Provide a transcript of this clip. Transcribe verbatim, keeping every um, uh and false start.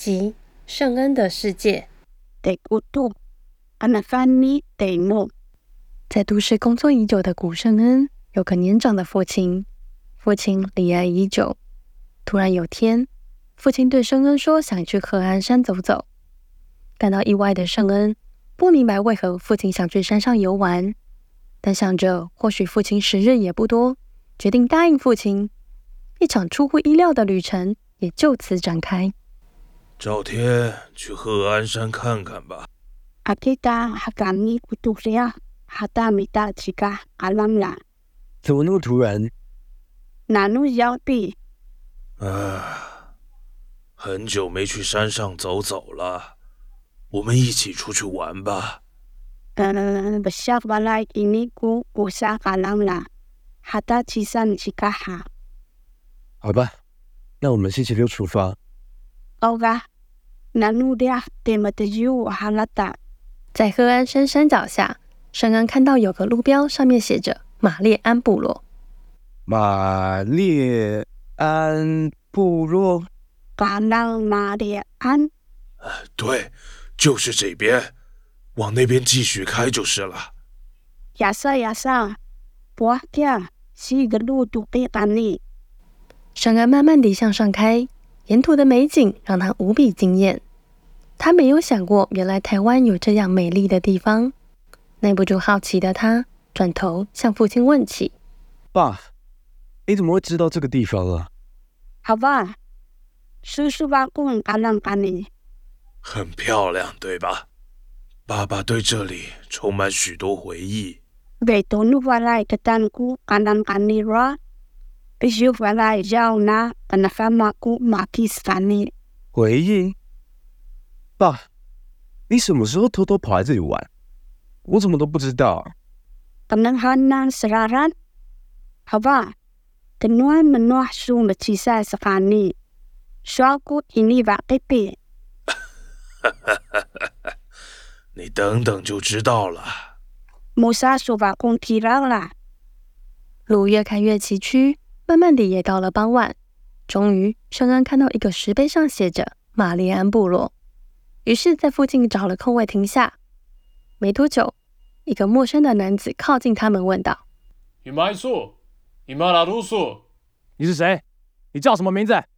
集圣恩的世界。在都市工作已久的古圣恩有个年长的父亲，父亲离癌已久。突然有天，父亲对圣恩说想去河岸山走走。感到意外的圣恩不明白为何父亲想去山上游玩，但想着或许父亲时日也不多，决定答应父亲。一场出乎意料的旅程也就此展开。 赵天，去鹤安山看看吧。 怎么那么突然？ 啊，很久没去山上走走了，我们一起出去玩吧。 好吧，那我们星期六出发。 在鹤安山山脚下，圣恩看到有个路标，上面写着马列安部落。 马列安部落？ 对，就是这边，往那边继续开就是了。 圣恩慢慢地向上开，沿途的美景让他无比惊艳。他没有想过，原来台湾有这样美丽的地方。耐不住好奇的他，转头向父亲问起：“ 爸，你怎么会知道这个地方啊？” 很漂亮，对吧？爸爸对这里充满许多回忆。 回忆？爸，你什么时候偷偷跑来这里玩？我怎么都不知道。 你等等就知道了。 路越开越崎岖，慢慢地也到了傍晚。终于，圣恩看到一个石碑上写着马列安部落，于是在附近找了空位停下。没多久，一个陌生的男子靠近他们，问道：“ 你是谁？你叫什么名字？”